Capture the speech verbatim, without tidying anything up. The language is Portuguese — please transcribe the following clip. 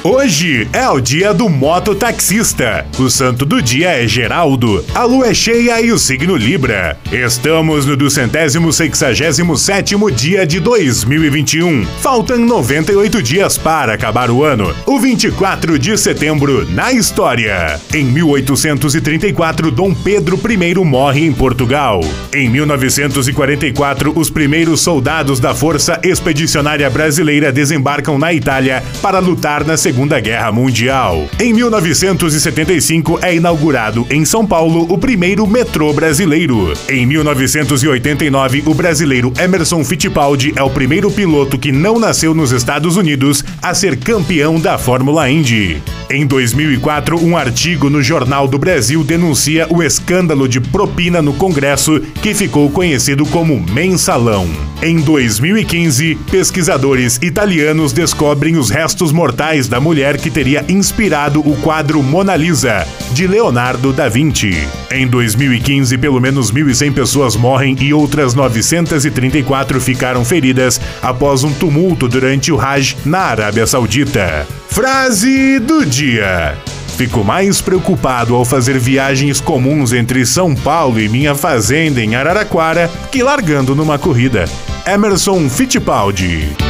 Hoje é o dia do mototaxista. O santo do dia é Geraldo. A lua é cheia e o signo Libra. Estamos no duzentésimo sexagésimo sétimo dia de dois mil e vinte e um. Faltam noventa e oito dias para acabar o ano. O vinte e quatro de setembro na história. Em mil oitocentos e trinta e quatro, Dom Pedro I morre em Portugal. Em mil novecentos e quarenta e quatro, os primeiros soldados da Força Expedicionária Brasileira desembarcam na Itália para lutar na Segunda Guerra Mundial. Em mil novecentos e setenta e cinco é inaugurado em São Paulo o primeiro metrô brasileiro. Em mil novecentos e oitenta e nove, o brasileiro Emerson Fittipaldi é o primeiro piloto que não nasceu nos Estados Unidos a ser campeão da Fórmula Indy. Em dois mil e quatro, um artigo no Jornal do Brasil denuncia o escândalo de propina no Congresso, que ficou conhecido como Mensalão. Em dois mil e quinze, pesquisadores italianos descobrem os restos mortais da mulher que teria inspirado o quadro Mona Lisa, de Leonardo da Vinci. Em dois mil e quinze, pelo menos mil e cem pessoas morrem e outras novecentas e trinta e quatro ficaram feridas após um tumulto durante o Hajj na Arábia Saudita. Frase do dia: fico mais preocupado ao fazer viagens comuns entre São Paulo e minha fazenda em Araraquara que largando numa corrida. Emerson Fittipaldi.